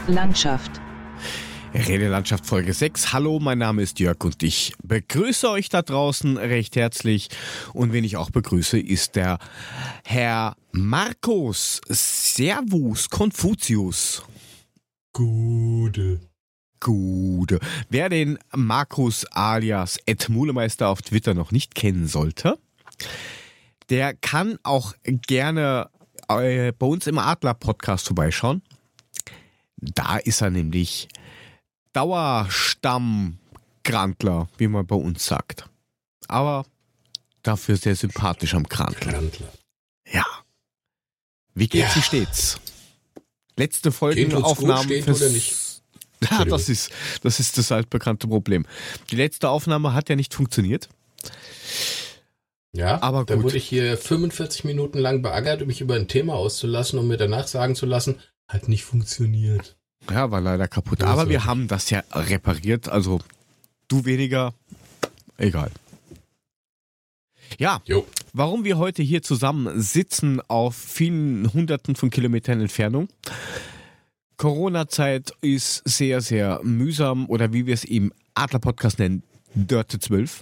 Landschaft. Rede Landschaft Folge 6. Hallo, mein Name ist Jörg und ich begrüße euch da draußen recht herzlich. Und wen ich auch begrüße, ist der Herr Markus. Servus, Konfuzius. Gute. Wer den Markus alias Ed Mulemeister auf Twitter noch nicht kennen sollte, der kann auch gerne bei uns im Adler-Podcast vorbeischauen. Da ist er nämlich Dauerstammgrantler, wie man bei uns sagt. Aber dafür sehr sympathisch am Grantler. Ja. Wie geht's, wie steht's? Letzte Folgenaufnahme oder nicht? Ja, das ist das altbekannte Problem. Die letzte Aufnahme hat ja nicht funktioniert. Ja, aber da gut. wurde ich hier 45 Minuten lang beackert, um mich über ein Thema auszulassen, um mir danach sagen zu lassen, hat nicht funktioniert. Ja, war leider kaputt. Ja, aber wir haben das ja repariert, also du weniger, egal. Ja, Jo. warum wir heute hier zusammen sitzen auf vielen Hunderten von Kilometern Entfernung. Corona-Zeit ist sehr, sehr mühsam oder wie wir es im Adler-Podcast nennen, Dörte 12.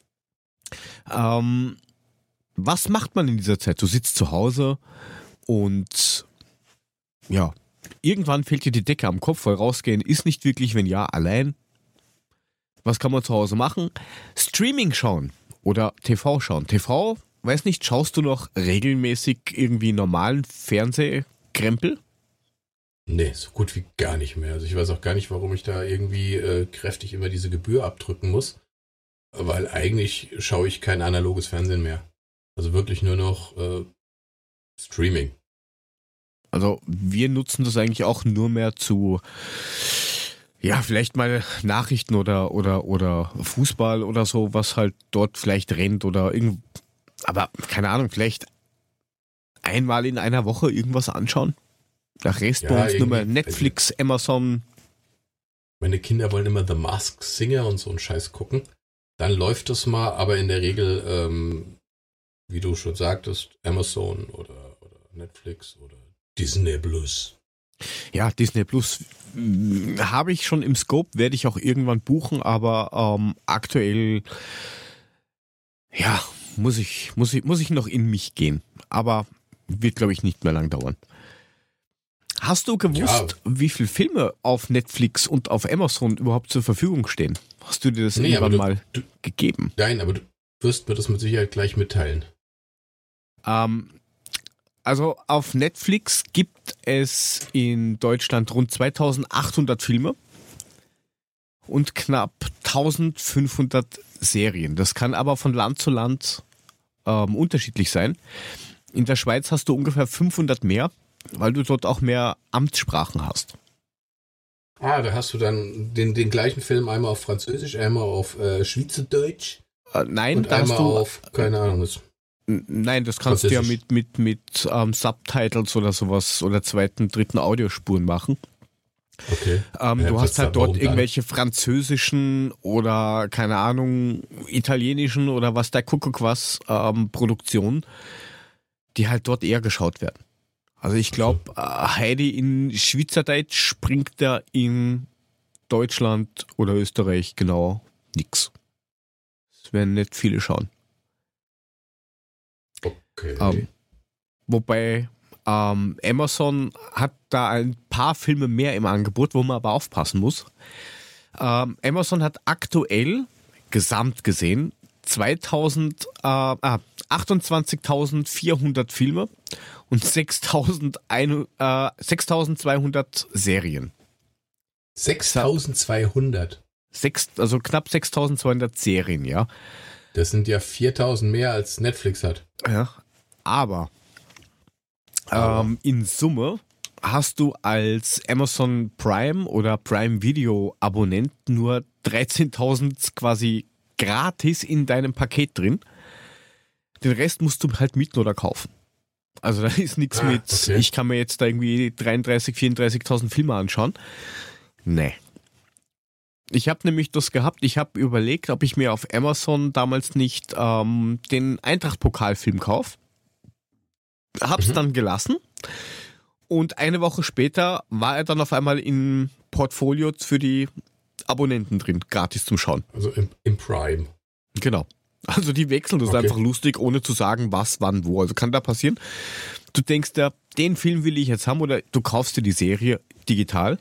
Was macht man in dieser Zeit? Du sitzt zu Hause und ja, irgendwann fällt dir die Decke am Kopf, weil rausgehen ist nicht wirklich, wenn ja, allein. Was kann man zu Hause machen? Streaming schauen oder TV schauen. TV, weiß nicht, schaust du noch regelmäßig irgendwie normalen Fernsehkrempel? Nee, so gut wie gar nicht mehr. Also ich weiß auch gar nicht, warum ich da irgendwie kräftig immer diese Gebühr abdrücken muss. Weil eigentlich schaue ich kein analoges Fernsehen mehr. Also wirklich nur noch Streaming. Also wir nutzen das eigentlich auch nur mehr zu, ja, vielleicht mal Nachrichten oder Fußball oder so, was halt dort vielleicht rennt oder irgend, aber keine Ahnung, vielleicht einmal in einer Woche irgendwas anschauen. Der Rest Ja, bei uns nur irgendwie. mehr Netflix, Amazon. Meine Kinder wollen immer The Masked Singer und so einen Scheiß gucken. Dann läuft das mal, aber in der Regel, wie du schon sagtest, Amazon oder Netflix oder Disney Plus. Ja, Disney Plus habe ich schon im Scope, werde ich auch irgendwann buchen, aber aktuell, ja, muss ich noch in mich gehen. Aber wird, glaube ich, nicht mehr lang dauern. Hast du gewusst, wie viele Filme auf Netflix und auf Amazon überhaupt zur Verfügung stehen? Hast du dir das irgendwann mal gegeben? Nein, aber du wirst mir das mit Sicherheit gleich mitteilen. Also auf Netflix gibt es in Deutschland rund 2800 Filme und knapp 1500 Serien. Das kann aber von Land zu Land unterschiedlich sein. In der Schweiz hast du ungefähr 500 mehr, weil du dort auch mehr Amtssprachen hast. Ah, da hast du dann den gleichen Film einmal auf Französisch, einmal auf Schweizerdeutsch Nein, und da einmal hast du auf, keine Ahnung, was. Nein, das kannst du ja mit Subtitles oder sowas oder zweiten, dritten Audiospuren machen. Okay. Du hast halt dort warum irgendwelche französischen oder keine Ahnung, italienischen oder was der Kuckuck was Produktionen, die halt dort eher geschaut werden. Also ich glaube, Heidi in Schweizerdeutsch springt da in Deutschland oder Österreich genau nix. Das werden nicht viele schauen. Okay. Wobei Amazon hat da ein paar Filme mehr im Angebot, wo man aber aufpassen muss. Amazon hat aktuell, gesamt gesehen, 28.400 Filme und 6.200 Serien. 6.200? Also knapp 6.200 Serien, ja. Das sind ja 4.000 mehr als Netflix hat. Ja, aber in Summe hast du als Amazon Prime oder Prime Video Abonnent nur 13.000 quasi gratis in deinem Paket drin. Den Rest musst du halt mieten oder kaufen. Also da ist nichts mit, okay. Ich kann mir jetzt da irgendwie 33.000, 34.000 Filme anschauen. Nee. Ich habe nämlich das gehabt, ich habe überlegt, ob ich mir auf Amazon damals nicht den Eintracht-Pokalfilm kaufe. Hab's dann gelassen Und eine Woche später war er dann auf einmal im Portfolio für die Abonnenten drin, gratis zum Schauen. Also im Prime. Genau. Also die wechseln, das ist einfach lustig, ohne zu sagen, was, wann, wo. Also kann da passieren. Du denkst ja, den Film will ich jetzt haben, oder du kaufst dir die Serie digital,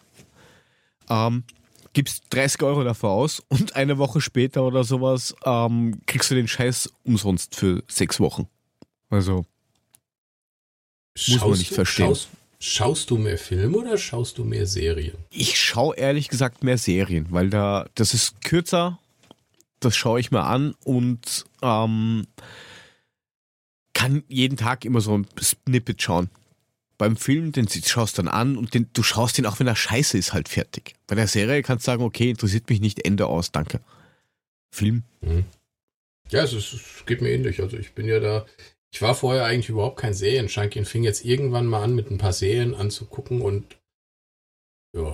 gibst 30 Euro dafür aus und eine Woche später oder sowas kriegst du den Scheiß umsonst für 6 Wochen. Also muss man nicht verstehen. Schaust du mehr Filme oder schaust du mehr Serien? Ich schaue ehrlich gesagt mehr Serien, weil das ist kürzer, das schaue ich mir an und kann jeden Tag immer so ein Snippet schauen. Beim Film, den schaust du dann an und du schaust den auch, wenn er scheiße ist, halt fertig. Bei der Serie kannst du sagen, okay, interessiert mich nicht, Ende aus, danke. Film? Ja, es geht mir ähnlich. Also ich bin ja da, ich war vorher eigentlich überhaupt kein Serienschank, fing jetzt irgendwann mal an, mit ein paar Serien anzugucken und ja.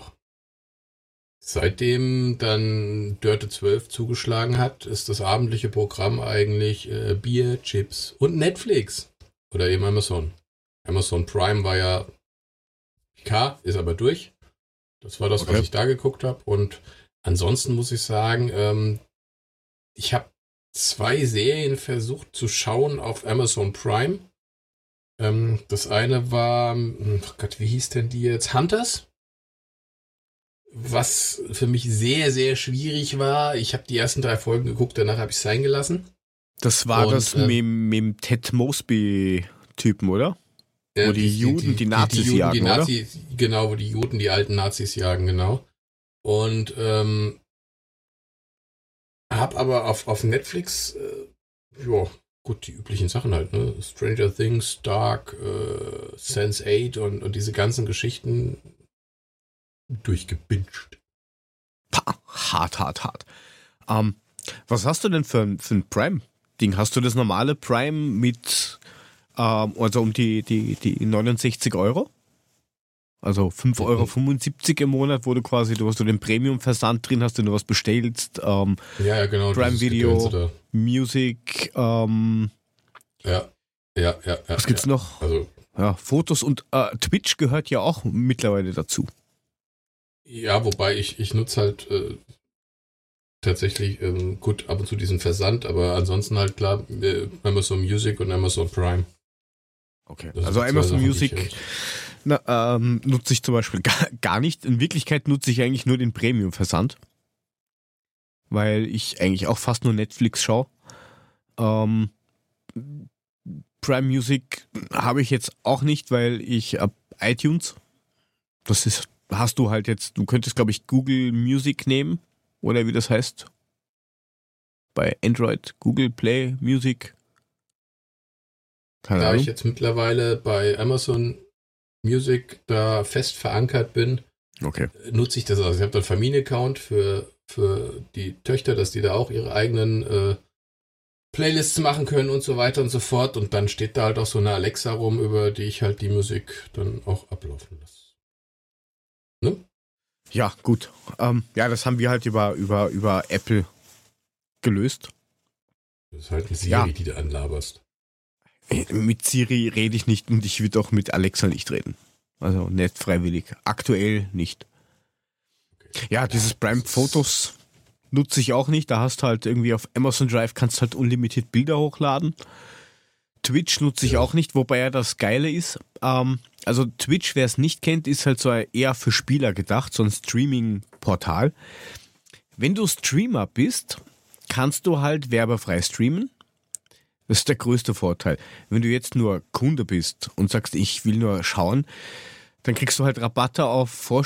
Seitdem dann Dörte 12 zugeschlagen hat, ist das abendliche Programm eigentlich Bier, Chips und Netflix. Oder eben Amazon. Amazon Prime war ja ist aber durch. Das war das, was ich da geguckt habe. Und ansonsten muss ich sagen, ich habe 2 Serien versucht zu schauen auf Amazon Prime. Das eine war, oh Gott, wie hieß denn die jetzt? Hunters? Was für mich sehr, sehr schwierig war. Ich habe die ersten 3 Folgen geguckt, danach habe ich es sein gelassen. Das war das mit dem Ted Mosby-Typen, oder? Wo die Juden die Nazis jagen, oder? Genau, wo die Juden die alten Nazis jagen, genau. Und hab aber auf Netflix, gut, die üblichen Sachen halt, ne? Stranger Things, Dark, Sense8 und diese ganzen Geschichten durchgebinged. Hart. Was hast du denn für ein Prime-Ding? Hast du das normale Prime mit also um die 69 Euro? Also 5,75 € im Monat, wo du hast du den Premium-Versand drin, hast du nur was bestellst. Ja, genau. Prime Video, Music, Ja. Was gibt's noch? Also, ja, Fotos und Twitch gehört ja auch mittlerweile dazu. Ja, wobei ich nutze halt tatsächlich gut ab und zu diesen Versand, aber ansonsten halt klar Amazon Music und Amazon Prime. Okay, also Amazon Music nutze ich zum Beispiel gar nicht. In Wirklichkeit nutze ich eigentlich nur den Premium-Versand, weil ich eigentlich auch fast nur Netflix schaue. Prime Music habe ich jetzt auch nicht, weil ich iTunes, hast du halt jetzt, du könntest glaube ich Google Music nehmen, oder wie das heißt. Bei Android, Google Play Music. Da ich jetzt mittlerweile bei Amazon Music da fest verankert bin, nutze ich das. Also ich habe da einen Familienaccount für die Töchter, dass die da auch ihre eigenen Playlists machen können und so weiter und so fort. Und dann steht da halt auch so eine Alexa rum, über die ich halt die Musik dann auch ablaufen lasse. Ne? Ja, gut. Ja, das haben wir halt über Apple gelöst. Das ist halt eine Siri, die du anlaberst. Mit Siri rede ich nicht und ich würde auch mit Alexa nicht reden. Also nicht freiwillig. Aktuell nicht. Okay. Ja, dieses Prime Fotos nutze ich auch nicht. Da hast du halt irgendwie auf Amazon Drive kannst halt unlimitiert Bilder hochladen. Twitch nutze ich auch nicht, wobei ja das Geile ist. Also Twitch, wer es nicht kennt, ist halt so eher für Spieler gedacht, so ein Streaming-Portal. Wenn du Streamer bist, kannst du halt werbefrei streamen. Das ist der größte Vorteil. Wenn du jetzt nur Kunde bist und sagst, ich will nur schauen, dann kriegst du halt Rabatte auf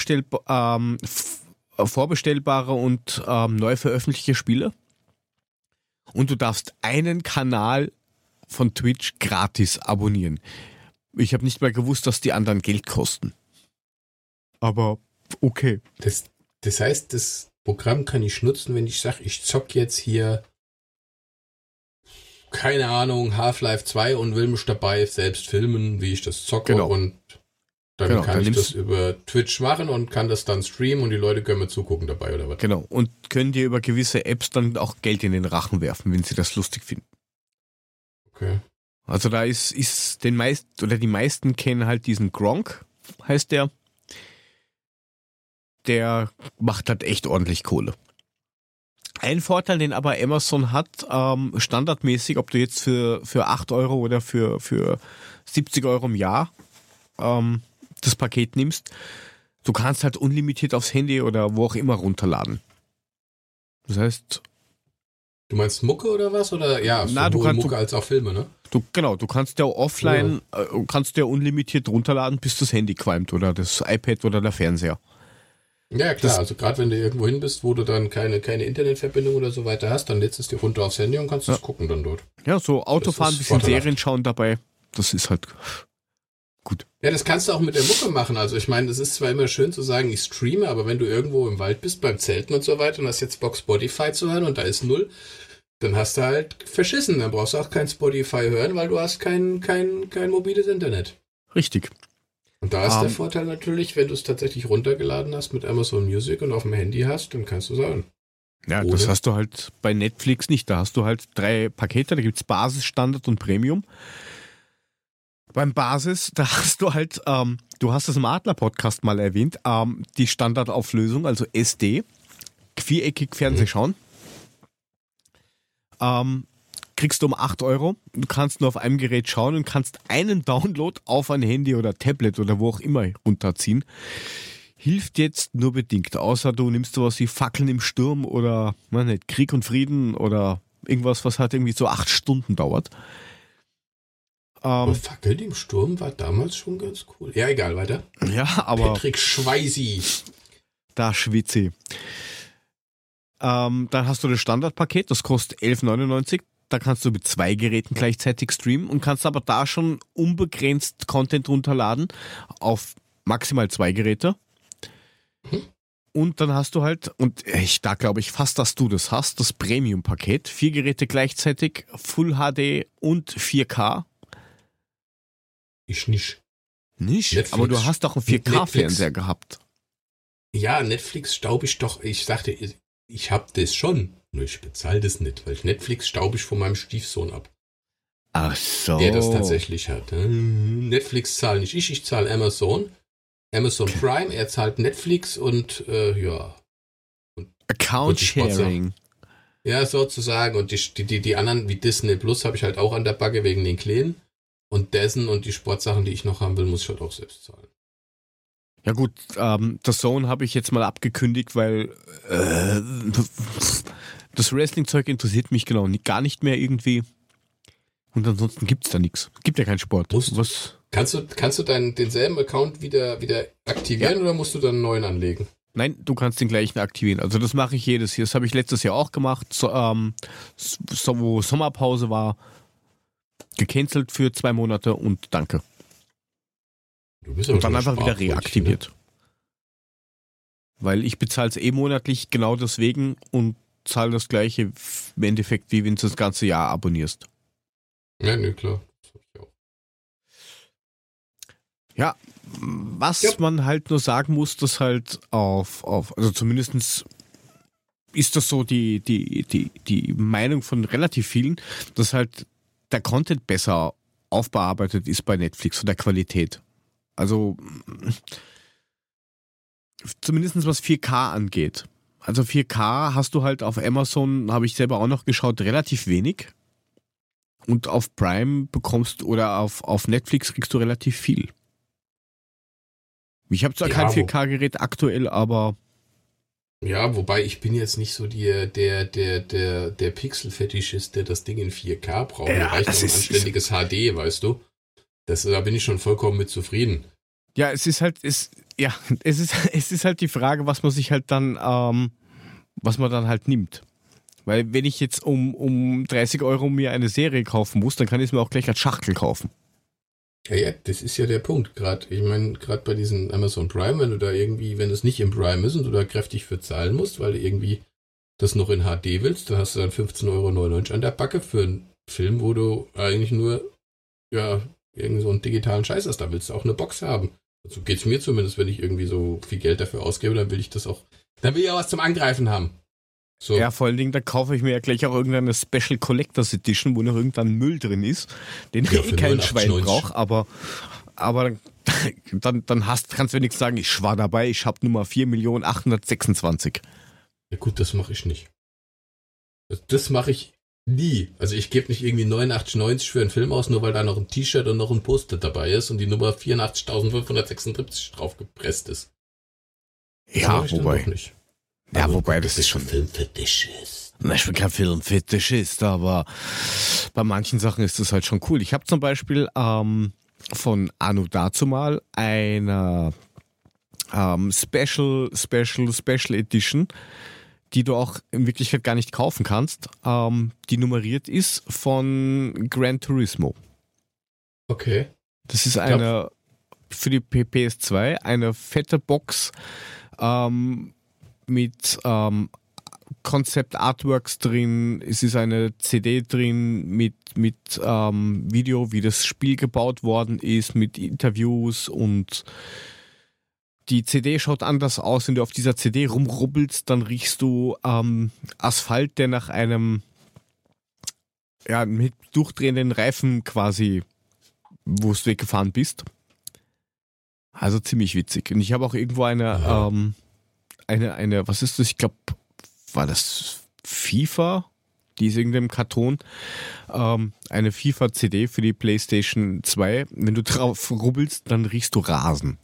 vorbestellbare und neu veröffentlichte Spiele. Und du darfst einen Kanal von Twitch gratis abonnieren. Ich habe nicht mal gewusst, dass die anderen Geld kosten. Aber okay. Das heißt, das Programm kann ich nutzen, wenn ich sage, ich zock jetzt hier keine Ahnung, Half-Life 2 und will mich dabei selbst filmen, wie ich das zocke. Genau. Und dann kann ich das über Twitch machen und kann das dann streamen und die Leute können mir zugucken dabei, oder was? Genau. Und können dir über gewisse Apps dann auch Geld in den Rachen werfen, wenn sie das lustig finden. Okay. Also da ist die meisten kennen halt diesen Gronk heißt der. Der macht halt echt ordentlich Kohle. Ein Vorteil, den aber Amazon hat, standardmäßig, ob du jetzt für 8 Euro oder für 70 Euro im Jahr das Paket nimmst, du kannst halt unlimitiert aufs Handy oder wo auch immer runterladen. Das heißt... Du meinst Mucke oder was? Oder ja, sowohl Mucke als auch Filme, ne? Du kannst ja offline, kannst ja unlimitiert runterladen, bis das Handy qualmt oder das iPad oder der Fernseher. Ja, klar, also gerade wenn du irgendwo hin bist, wo du dann keine Internetverbindung oder so weiter hast, dann lädst du es dir runter aufs Handy und kannst es gucken dann dort. Ja, so Autofahren, ein bisschen Serien schauen dabei, das ist halt gut. Ja, das kannst du auch mit der Mucke machen. Also ich meine, es ist zwar immer schön zu sagen, ich streame, aber wenn du irgendwo im Wald bist, beim Zelten und so weiter und hast jetzt Bock Spotify zu hören und da ist 0, dann hast du halt verschissen. Dann brauchst du auch kein Spotify hören, weil du hast kein mobiles Internet. Richtig. Und da ist der Vorteil natürlich, wenn du es tatsächlich runtergeladen hast mit Amazon Music und auf dem Handy hast, dann kannst du sagen. Ja, das hast du halt bei Netflix nicht. Da hast du halt 3 Pakete, da gibt es Basis, Standard und Premium. Beim Basis, da hast du halt, du hast es im Adler-Podcast mal erwähnt, die Standardauflösung, also SD, viereckig Fernsehschauen. Kriegst du um 8 Euro. Du kannst nur auf einem Gerät schauen und kannst einen Download auf ein Handy oder Tablet oder wo auch immer runterziehen. Hilft jetzt nur bedingt, außer du nimmst sowas wie Fackeln im Sturm oder nicht, Krieg und Frieden oder irgendwas, was halt irgendwie so 8 Stunden dauert. Fackeln im Sturm war damals schon ganz cool. Ja, egal, weiter. Ja, aber... Patrick Schweizi. Da schwitze. Dann hast du das Standardpaket, das kostet 11,99. Da kannst du mit 2 Geräten gleichzeitig streamen und kannst aber da schon unbegrenzt Content runterladen auf maximal 2 Geräte. Und dann hast du halt, und da glaube ich fast, dass du das hast, das Premium-Paket. 4 Geräte gleichzeitig, Full HD und 4K. Ich nicht. Nicht? Netflix. Aber du hast doch einen 4K-Fernseher gehabt. Ja, Netflix staub ich doch. Ich sagte, ich hab das schon. Nur ich bezahle das nicht, weil Netflix staube ich von meinem Stiefsohn ab. Ach so. Der das tatsächlich hat. Netflix zahle nicht ich zahle Amazon. Amazon Prime, er zahlt Netflix und ja. Und Account Sharing. Ja, sozusagen. Und die anderen wie Disney Plus habe ich halt auch an der Backe wegen den Kleinen. Und dessen und die Sportsachen, die ich noch haben will, muss ich halt auch selbst zahlen. Ja gut, das Zone habe ich jetzt mal abgekündigt, weil das Wrestling-Zeug interessiert mich genau gar nicht mehr irgendwie. Und ansonsten gibt's da nichts. Gibt ja keinen Sport. Kannst du denselben Account wieder aktivieren oder musst du dann einen neuen anlegen? Nein, du kannst den gleichen aktivieren. Also das mache ich jedes Jahr. Das habe ich letztes Jahr auch gemacht, wo Sommerpause war. Gecancelt für 2 Monate und danke. Und dann einfach wieder reaktiviert. Ne? Weil ich bezahle es monatlich genau deswegen und zahle das gleiche im Endeffekt, wie wenn du das ganze Jahr abonnierst. Ja, ne, klar. Das hab ich auch. Ja, was man halt nur sagen muss, dass halt also zumindest ist das so die Meinung von relativ vielen, dass halt der Content besser aufbearbeitet ist bei Netflix von der Qualität. Also zumindest was 4K angeht. Also 4K hast du halt auf Amazon, habe ich selber auch noch geschaut, relativ wenig. Und auf Prime bekommst oder auf Netflix kriegst du relativ viel. Ich habe zwar kein 4K-Gerät aktuell, aber... Ja, wobei ich bin jetzt nicht so der Pixel-Fetischist, der das Ding in 4K braucht. Ja, reicht auch ein anständiges HD, weißt du. Da bin ich schon vollkommen mit zufrieden. Ja, es ist halt die Frage, was man sich halt dann, was man dann halt nimmt. Weil wenn ich jetzt um 30 Euro mir eine Serie kaufen muss, dann kann ich es mir auch gleich als Schachtel kaufen. Ja, das ist ja der Punkt gerade. Ich meine, gerade bei diesen Amazon Prime, wenn du es nicht im Prime ist und du da kräftig für zahlen musst, weil du irgendwie das noch in HD willst, dann hast du dann 15,99 € an der Backe für einen Film, wo du eigentlich nur, irgend so einen digitalen Scheiß hast. Da willst du auch eine Box haben. So geht's mir zumindest, wenn ich irgendwie so viel Geld dafür ausgebe, dann will ich ja was zum Angreifen haben. So. Ja, vor allen Dingen, da kaufe ich mir ja gleich auch irgendeine Special Collectors Edition, wo noch irgendein Müll drin ist, den kein Schwein braucht, aber aber dann kannst du wenigstens sagen, ich war dabei, ich habe Nummer 4.826.000. Ja gut, das mache ich nicht. Das mache ich nie. Also ich gebe nicht irgendwie 89,90 für einen Film aus, nur weil da noch ein T-Shirt und noch ein Poster dabei ist und die Nummer 84.576 draufgepresst ist. Das Ja, mache ich dann wobei. doch nicht. Ja, Aber wobei, gut, das ist schon. Filmfetischist. Na, ich bin kein Filmfetischist, aber bei manchen Sachen ist das halt schon cool. Ich habe zum Beispiel von Anno dazumal eine Special Edition, die du auch in Wirklichkeit gar nicht kaufen kannst, die nummeriert ist von Gran Turismo. Okay. Das ist eine für die PS2 eine fette Box mit Concept Artworks drin, es ist eine CD drin mit Video, wie das Spiel gebaut worden ist, mit Interviews, und die CD schaut anders aus. Wenn du auf dieser CD rumrubbelst, dann riechst du Asphalt, der nach einem mit durchdrehenden Reifen quasi, wo du weggefahren bist. Also ziemlich witzig. Und ich habe auch irgendwo eine, was ist das? Ich glaube, war das FIFA? Die ist irgendwie im Karton. Eine FIFA-CD für die PlayStation 2. Wenn du drauf rubbelst, dann riechst du Rasen.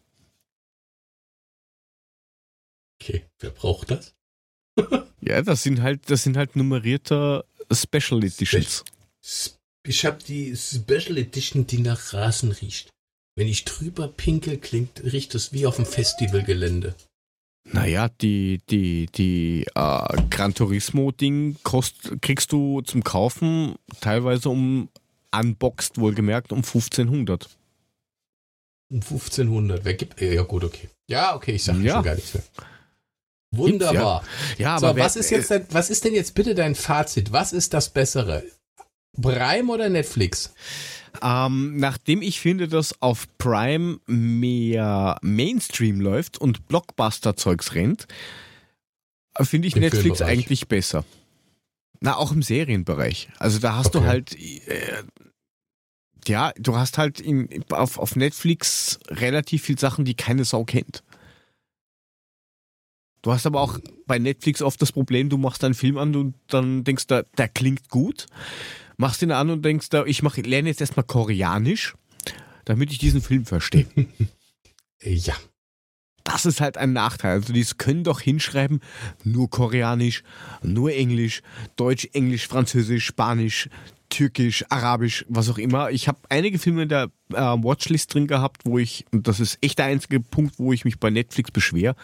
Okay, wer braucht das? Ja, das sind halt nummerierte Special Editions. Ich habe die Special Edition, die nach Rasen riecht. Wenn ich drüber pinkel, riecht es wie auf dem Festivalgelände. Naja, die Gran Turismo-Ding kriegst du zum Kaufen teilweise unboxed, wohlgemerkt, um 1.500. Um 1.500. Wer gibt. Ja, gut, okay. Ja, okay, ich sage schon gar nichts mehr. Wunderbar. Ja, so, aber was ist denn jetzt bitte dein Fazit? Was ist das Bessere? Prime oder Netflix? Nachdem ich finde, dass auf Prime mehr Mainstream läuft und Blockbuster-Zeugs rennt, finde ich Netflix eigentlich besser. Na, auch im Serienbereich. Also da hast du halt, du hast halt auf Netflix relativ viel Sachen, die keine Sau kennt. Du hast aber auch bei Netflix oft das Problem, du machst einen Film an und dann denkst du, der klingt gut. Machst ihn an und denkst, ich lerne jetzt erstmal Koreanisch, damit ich diesen Film verstehe. Ja. Das ist halt ein Nachteil. Also die können doch hinschreiben, nur Koreanisch, nur Englisch, Deutsch, Englisch, Französisch, Spanisch, Türkisch, Arabisch, was auch immer. Ich habe einige Filme in der Watchlist drin gehabt, und das ist echt der einzige Punkt, wo ich mich bei Netflix beschwere.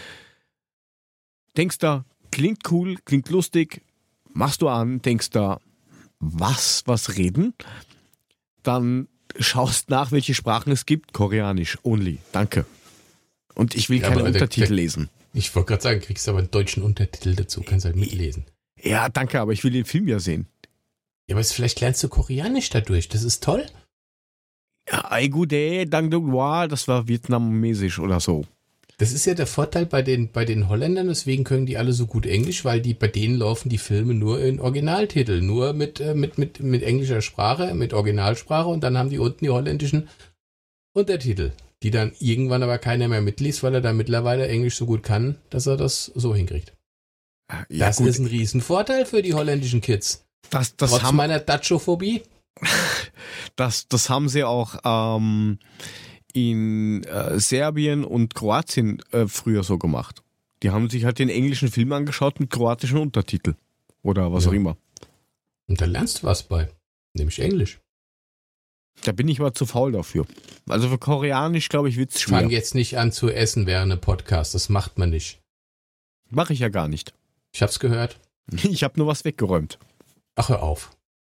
Denkst da, klingt cool, klingt lustig, machst du an, denkst da, was reden? Dann schaust nach, welche Sprachen es gibt. Koreanisch, only, danke. Und ich will keine Untertitel lesen. Ich wollte gerade sagen, kriegst aber einen deutschen Untertitel dazu, kannst halt mitlesen. Ja, danke, aber ich will den Film ja sehen. Ja, aber vielleicht lernst du Koreanisch dadurch, das ist toll. Ja, Aigude, Dang Dong Wa, das war vietnamesisch oder so. Das ist ja der Vorteil bei den Holländern, deswegen können die alle so gut Englisch, weil bei denen laufen die Filme nur in Originaltitel, nur mit englischer Sprache, mit Originalsprache, und dann haben die unten die holländischen Untertitel, die dann irgendwann aber keiner mehr mitliest, weil er dann mittlerweile Englisch so gut kann, dass er das so hinkriegt. Ja, das ist ein Riesenvorteil für die holländischen Kids. Trotz meiner Datschophobie. Das haben sie auch in Serbien und Kroatien früher so gemacht. Die haben sich halt den englischen Film angeschaut mit kroatischen Untertitel. Oder was auch immer. Und da lernst du was bei. Nämlich Englisch. Da bin ich aber zu faul dafür. Also für Koreanisch, glaube ich, wird es schwer. Fang jetzt nicht an zu essen während einem Podcast. Das macht man nicht. Mache ich ja gar nicht. Ich hab's gehört. Ich habe nur was weggeräumt. Ach, hör auf.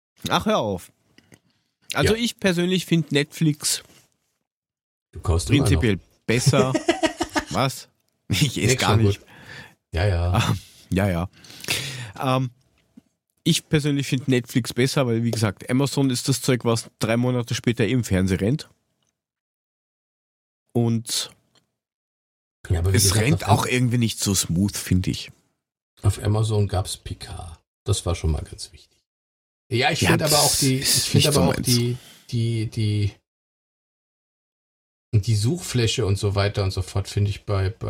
Also ich persönlich finde Netflix prinzipiell besser. Was? Ich esse gar nicht. Gut. Ja. Ja. Ich persönlich finde Netflix besser, weil wie gesagt, Amazon ist das Zeug, was 3 Monate später im Fernsehen rennt. Und es rennt auch irgendwie nicht so smooth, finde ich. Auf Amazon gab's Picard. Das war schon mal ganz wichtig. Ja, ich finde aber auch die Und die Suchfläche und so weiter und so fort finde ich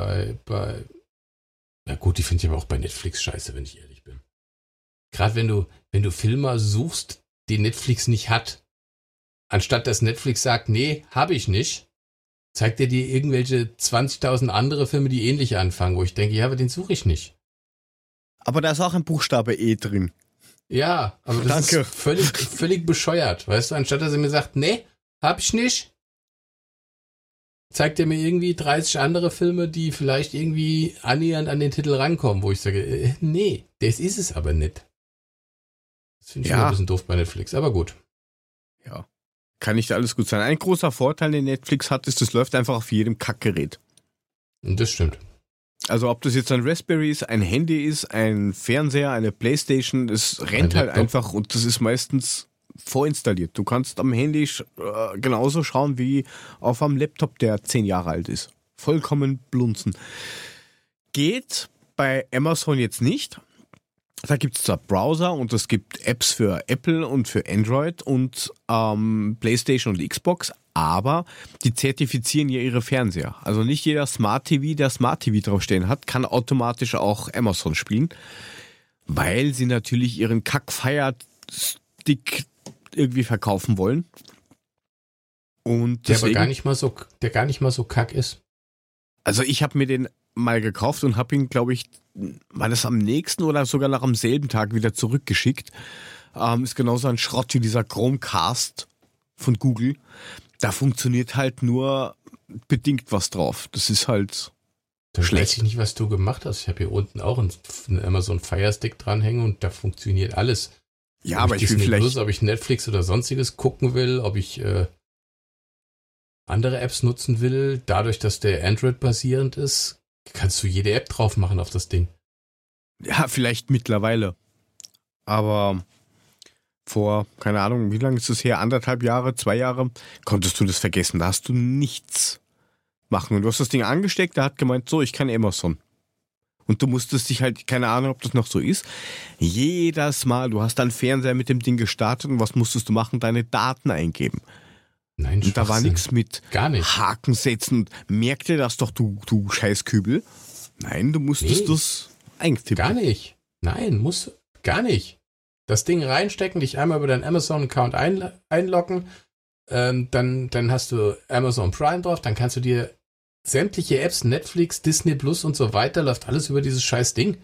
na gut, die finde ich aber auch bei Netflix scheiße, wenn ich ehrlich bin. Gerade wenn du Filme suchst, die Netflix nicht hat, anstatt dass Netflix sagt, nee, habe ich nicht, zeigt er dir irgendwelche 20.000 andere Filme, die ähnlich anfangen, wo ich denke, ja, aber den suche ich nicht. Aber da ist auch ein Buchstabe E drin. Ja, aber das ist völlig bescheuert, weißt du, anstatt dass er mir sagt, nee, hab ich nicht, zeigt er mir irgendwie 30 andere Filme, die vielleicht irgendwie annähernd an den Titel rankommen, wo ich sage, nee, das ist es aber nicht. Das finde ich immer ein bisschen doof bei Netflix, aber gut. Ja, kann nicht alles gut sein. Ein großer Vorteil, den Netflix hat, ist, das läuft einfach auf jedem Kackgerät. Und das stimmt. Also ob das jetzt ein Raspberry ist, ein Handy ist, ein Fernseher, eine Playstation, das rennt halt einfach und das ist meistens vorinstalliert. Du kannst am Handy genauso schauen wie auf einem Laptop, der 10 Jahre alt ist. Vollkommen blunzen. Geht bei Amazon jetzt nicht. Da gibt es zwar Browser und es gibt Apps für Apple und für Android und Playstation und Xbox, aber die zertifizieren ja ihre Fernseher. Also nicht jeder Smart TV, der Smart TV draufstehen hat, kann automatisch auch Amazon spielen, weil sie natürlich ihren Kack-Fire-Stick irgendwie verkaufen wollen. Und deswegen, der gar nicht mal so kack ist. Also ich habe mir den mal gekauft und habe ihn, glaube ich, war das am nächsten oder sogar noch am selben Tag wieder zurückgeschickt. Ist genauso ein Schrott wie dieser Chromecast von Google. Da funktioniert halt nur bedingt was drauf. Das ist halt schlecht. Weiß ich nicht, was du gemacht hast. Ich habe hier unten auch einen Amazon Fire Stick dranhängen und da funktioniert alles. Ja, aber ich will vielleicht... ob ich Netflix oder sonstiges gucken will, ob ich andere Apps nutzen will, dadurch, dass der Android-basierend ist, kannst du jede App drauf machen auf das Ding. Ja, vielleicht mittlerweile. Aber vor, keine Ahnung, wie lange ist das her? 1,5 Jahre, 2 Jahre, konntest du das vergessen. Da hast du nichts machen. Und du hast das Ding angesteckt, der hat gemeint, so, ich kann Amazon. Und du musstest dich halt, keine Ahnung, ob das noch so ist, jedes Mal, du hast deinen Fernseher mit dem Ding gestartet und was musstest du machen? Deine Daten eingeben. Nein, und da war nichts mit gar nicht. Haken setzen. Merk dir das doch, du Scheißkübel. Nein, du musstest das eintippen. Gar nicht. Nein, muss gar nicht. Das Ding reinstecken, dich einmal über deinen Amazon-Account einloggen, dann hast du Amazon Prime drauf, dann kannst du dir sämtliche Apps, Netflix, Disney Plus und so weiter, läuft alles über dieses scheiß Ding.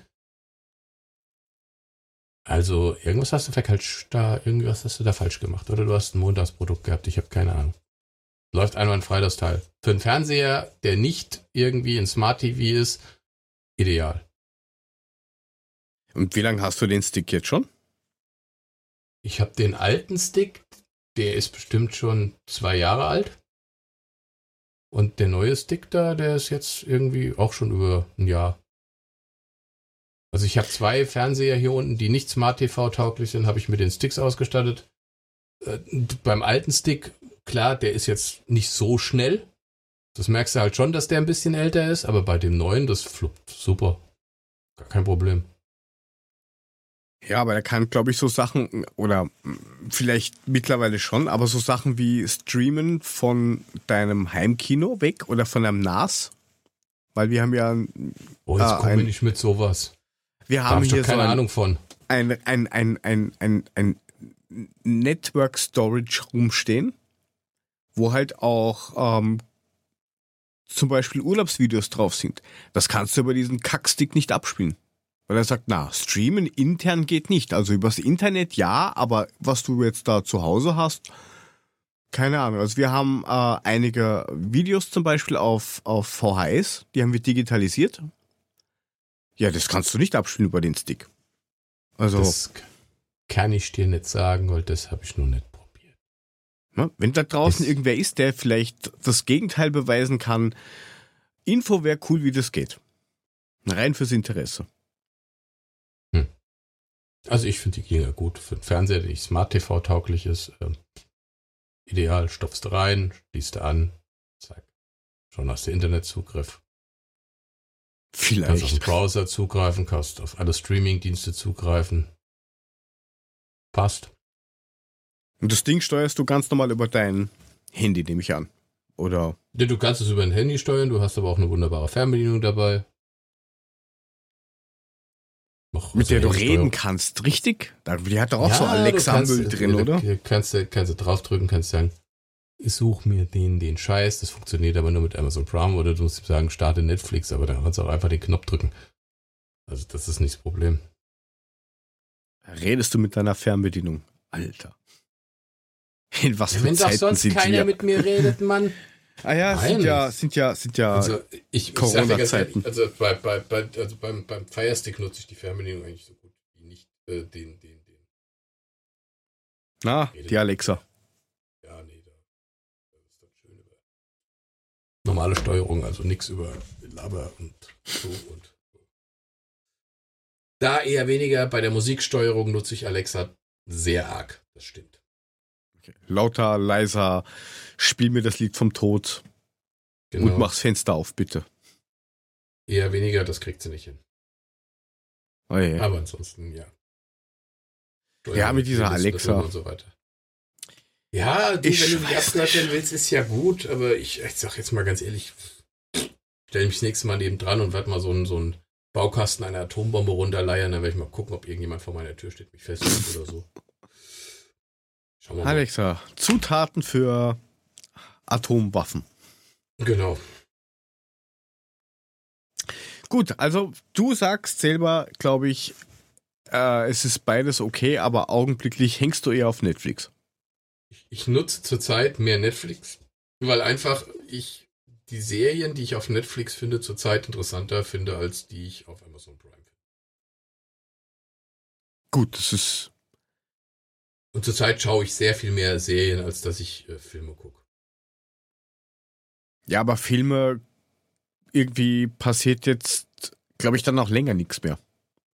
Also, irgendwas hast du da falsch gemacht. Oder du hast ein Montagsprodukt gehabt, ich habe keine Ahnung. Läuft einwandfrei das Teil. Für einen Fernseher, der nicht irgendwie ein Smart TV ist, ideal. Und wie lange hast du den Stick jetzt schon? Ich habe den alten Stick, der ist bestimmt schon 2 Jahre alt. Und der neue Stick da, der ist jetzt irgendwie auch schon über ein Jahr. Also ich habe 2 Fernseher hier unten, die nicht Smart TV tauglich sind, habe ich mit den Sticks ausgestattet. Beim alten Stick, klar, der ist jetzt nicht so schnell. Das merkst du halt schon, dass der ein bisschen älter ist, aber bei dem neuen, das fluppt super. Gar kein Problem. Ja, aber er kann, glaube ich, so Sachen, oder vielleicht mittlerweile schon, aber so Sachen wie Streamen von deinem Heimkino weg oder von deinem NAS. Weil wir haben ja... Oh, jetzt kommen wir nicht mit sowas. Wir haben hier keine Ahnung von. Ein Network Storage rumstehen, wo halt auch zum Beispiel Urlaubsvideos drauf sind. Das kannst du über diesen Kackstick nicht abspielen. Weil er sagt, streamen intern geht nicht. Also übers Internet ja, aber was du jetzt da zu Hause hast, keine Ahnung. Also wir haben einige Videos zum Beispiel auf VHS, die haben wir digitalisiert. Ja, das kannst du nicht abspielen über den Stick. Also das kann ich dir nicht sagen, weil das habe ich noch nicht probiert. Wenn da draußen irgendwer ist, der vielleicht das Gegenteil beweisen kann, Info wäre cool, wie das geht. Rein fürs Interesse. Also ich finde die Giga gut. Für einen Fernseher, der nicht Smart TV tauglich ist, ideal. Stopfst du rein, schließt du an, zack. Schon hast du Internetzugriff. Vielleicht. Kannst auf den Browser zugreifen, kannst auf alle Streaming-Dienste zugreifen. Passt. Und das Ding steuerst du ganz normal über dein Handy, nehme ich an. Oder? Ja, du kannst es über ein Handy steuern, du hast aber auch eine wunderbare Fernbedienung dabei. Mit der du reden kannst, richtig? Die hat doch auch so Alexa-Müll drin, oder? Kannst du draufdrücken, kannst sagen, ich suche mir den Scheiß. Das funktioniert aber nur mit Amazon Prime, oder du musst sagen, starte Netflix, aber dann kannst du auch einfach den Knopf drücken. Also das ist nicht das Problem. Redest du mit deiner Fernbedienung? Alter. In was für wenn Zeiten doch sonst sind keiner wir? mit mir redet, Mann. Ah ja, sind ja Also ich Corona-Zeiten. Also beim Firestick nutze ich die Fernbedienung eigentlich so gut wie nicht den. Na, die Alexa. Ja, nee, das ist dann schön über normale Steuerung, also nichts über Laber und so und so. Da eher weniger, bei der Musiksteuerung nutze ich Alexa sehr arg, das stimmt. Okay. Lauter, leiser, spiel mir das Lied vom Tod und mach's Fenster auf, bitte. Eher weniger, das kriegt sie nicht hin. Oh je. Aber ansonsten, ja. Ja, mit dieser Alexa. Und so weiter. Ja, wenn du die abgehört werden willst, ist ja gut, aber ich sag jetzt mal ganz ehrlich, stell mich das nächste Mal neben dran und werde mal so einen Baukasten einer Atombombe runterleiern, dann werde ich mal gucken, ob irgendjemand vor meiner Tür steht, mich festhält oder so. Schauen wir mal. Alexa, Zutaten für Atomwaffen. Genau. Gut, also du sagst selber, glaube ich, es ist beides okay, aber augenblicklich hängst du eher auf Netflix. Ich nutze zurzeit mehr Netflix, weil einfach ich die Serien, die ich auf Netflix finde, zurzeit interessanter finde, als die ich auf Amazon Prime finde. Gut, das ist... Und zurzeit schaue ich sehr viel mehr Serien, als dass ich Filme gucke. Ja, aber Filme, irgendwie passiert jetzt, glaube ich, dann auch länger nichts mehr.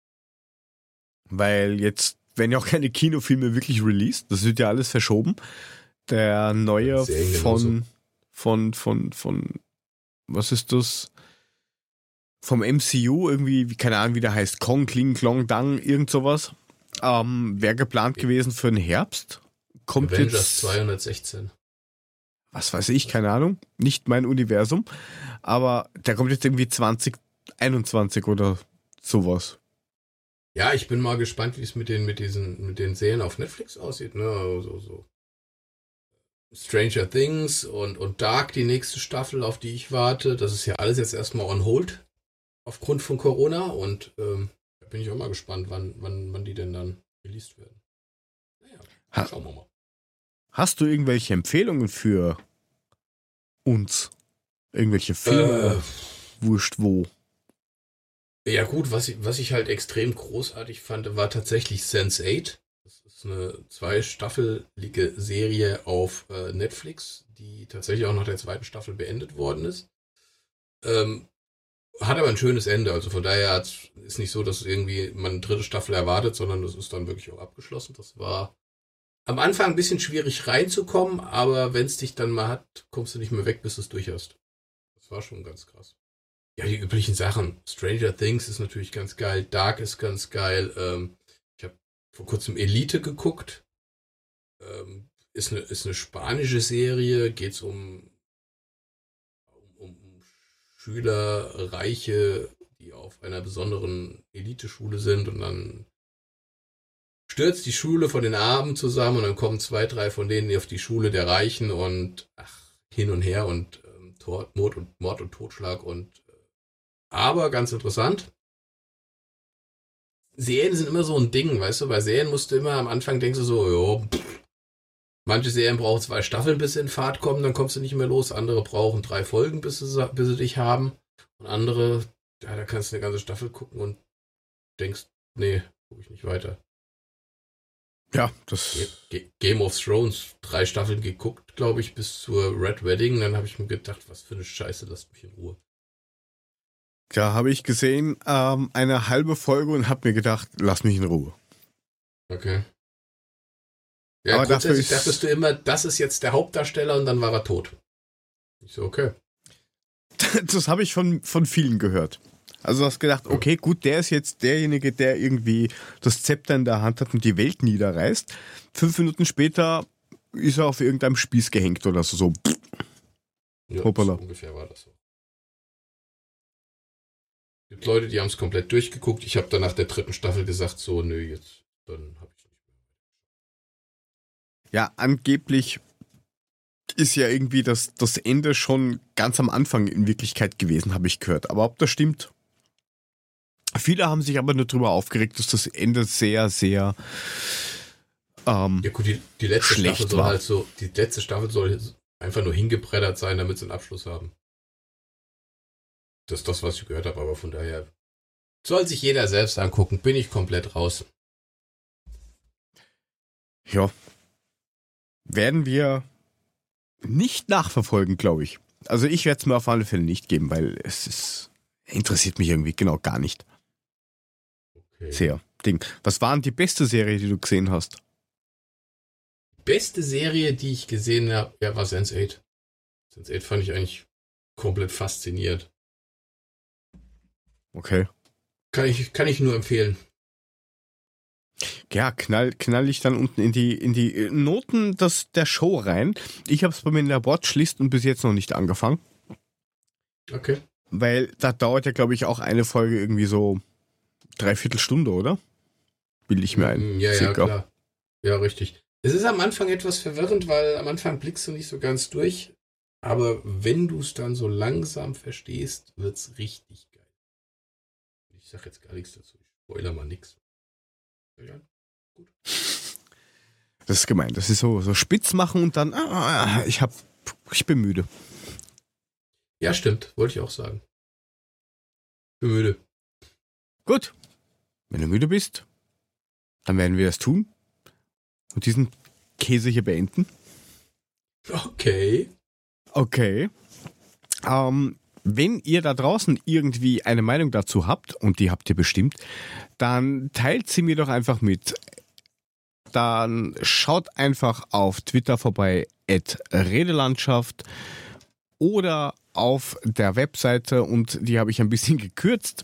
Weil jetzt werden ja auch keine Kinofilme wirklich released. Das wird ja alles verschoben. Der neue von was ist das? Vom MCU, irgendwie, keine Ahnung, wie der heißt, Kong, Kling, Klong, Dang, irgend sowas. Wäre geplant gewesen für den Herbst. Kommt Avengers jetzt 216. Was weiß ich, keine Ahnung. Nicht mein Universum. Aber der kommt jetzt irgendwie 2021 oder sowas. Ja, ich bin mal gespannt, wie es mit den Serien auf Netflix aussieht, ne? So Stranger Things und Dark, die nächste Staffel, auf die ich warte. Das ist ja alles jetzt erstmal on hold aufgrund von Corona und da bin ich auch mal gespannt, wann die denn dann released werden. Naja, schauen wir mal. Hast du irgendwelche Empfehlungen für uns? Irgendwelche Filme? Wurscht wo? Ja gut, was ich halt extrem großartig fand, war tatsächlich Sense8. Das ist eine 2-staffelige Serie auf Netflix, die tatsächlich auch nach der 2. Staffel beendet worden ist. Hat aber ein schönes Ende, also von daher ist nicht so, dass irgendwie man eine 3. Staffel erwartet, sondern das ist dann wirklich auch abgeschlossen. Das war am Anfang ein bisschen schwierig reinzukommen, aber wenn es dich dann mal hat, kommst du nicht mehr weg, bis du es durch hast. Das war schon ganz krass. Ja, die üblichen Sachen. Stranger Things ist natürlich ganz geil. Dark ist ganz geil. Ich habe vor kurzem Elite geguckt. Ist eine spanische Serie. Geht's um Schüler, Reiche, die auf einer besonderen Eliteschule sind und dann stürzt die Schule von den Armen zusammen und dann kommen 2, 3 von denen auf die Schule der Reichen und hin und her und Mord und Totschlag und aber ganz interessant. Serien sind immer so ein Ding, weißt du, bei Serien musst du immer am Anfang denkst du so, manche Serien brauchen 2 Staffeln, bis sie in Fahrt kommen, dann kommst du nicht mehr los, andere brauchen 3 Folgen, bis sie dich haben und andere, da kannst du eine ganze Staffel gucken und denkst, nee, gucke ich nicht weiter. Ja, das... Game of Thrones, 3 Staffeln geguckt, glaube ich, bis zur Red Wedding. Dann habe ich mir gedacht, was für eine Scheiße, lasst mich in Ruhe. Da habe ich gesehen, eine halbe Folge und habe mir gedacht, lass mich in Ruhe. Okay. Ja, aber grundsätzlich dachtest du immer, das ist jetzt der Hauptdarsteller und dann war er tot. Ich so, okay. Das habe ich von vielen gehört. Also du hast gedacht, okay, gut, der ist jetzt derjenige, der irgendwie das Zepter in der Hand hat und die Welt niederreißt. 5 Minuten später ist er auf irgendeinem Spieß gehängt oder so. Ja, Hoppala. so ungefähr war das so. Es gibt Leute, die haben es komplett durchgeguckt. Ich habe dann nach der 3. Staffel gesagt, so, nö, jetzt, dann habe ich nicht mehr. Ja, angeblich ist ja irgendwie das Ende schon ganz am Anfang in Wirklichkeit gewesen, habe ich gehört. Aber ob das stimmt? Viele haben sich aber nur darüber aufgeregt, dass das Ende sehr, sehr Ja gut, die letzte schlecht Staffel soll war. halt so, die letzte Staffel soll einfach nur hingebreddert sein, damit sie einen Abschluss haben. Das ist das, was ich gehört habe, aber von daher soll sich jeder selbst angucken. Bin ich komplett raus. Ja. Werden wir nicht nachverfolgen, glaube ich. Also ich werde es mir auf alle Fälle nicht geben, weil interessiert mich irgendwie genau gar nicht. Okay. Sehr. Ding. Was war denn die beste Serie, die du gesehen hast? Beste Serie, die ich gesehen habe, ja, war Sense8. Sense8 fand ich eigentlich komplett faszinierend. Okay. Kann ich nur empfehlen. Ja, knall ich dann unten in die Noten der Show rein. Ich habe es bei mir in der Watchlist und bis jetzt noch nicht angefangen. Okay. Weil da dauert ja, glaube ich, auch eine Folge irgendwie so 3/4 Stunde, oder? Bilde ich mir ein. Ja, circa. klar. Ja, richtig. Es ist am Anfang etwas verwirrend, weil am Anfang blickst du nicht so ganz durch. Aber wenn du es dann so langsam verstehst, wird es richtig geil. Ich sag jetzt gar nichts dazu. Ich spoiler mal nichts. Ja, gut. Das ist gemein. Das ist so spitz machen und dann, ich bin müde. Ja, stimmt. Wollte ich auch sagen. Bin müde. Gut. Wenn du müde bist, dann werden wir das tun und diesen Käse hier beenden. Okay. Okay. Wenn ihr da draußen irgendwie eine Meinung dazu habt, und die habt ihr bestimmt, dann teilt sie mir doch einfach mit. Dann schaut einfach auf Twitter vorbei, @Redelandschaft, oder auf der Webseite, und die habe ich ein bisschen gekürzt,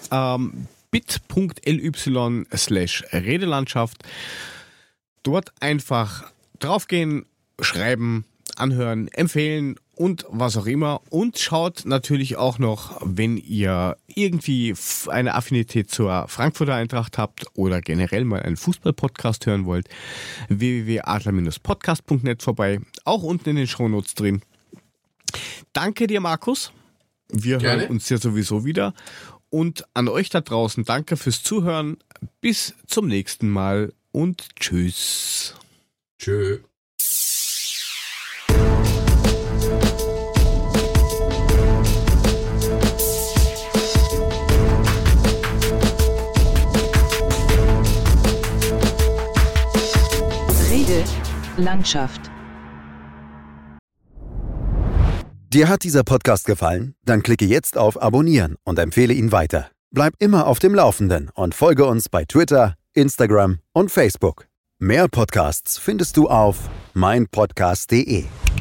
bit.ly/Redelandschaft. Dort einfach draufgehen, schreiben, anhören, empfehlen und was auch immer. Und schaut natürlich auch noch, wenn ihr irgendwie eine Affinität zur Frankfurter Eintracht habt oder generell mal einen Fußball-Podcast hören wollt, www.adler-podcast.net vorbei. Auch unten in den Shownotes drin. Danke dir, Markus. Wir Gerne. hören uns ja sowieso wieder. Und an euch da draußen, danke fürs Zuhören. Bis zum nächsten Mal und tschüss. Tschö. Landschaft. Dir hat dieser Podcast gefallen? Dann klicke jetzt auf Abonnieren und empfehle ihn weiter. Bleib immer auf dem Laufenden und folge uns bei Twitter, Instagram und Facebook. Mehr Podcasts findest du auf meinpodcast.de.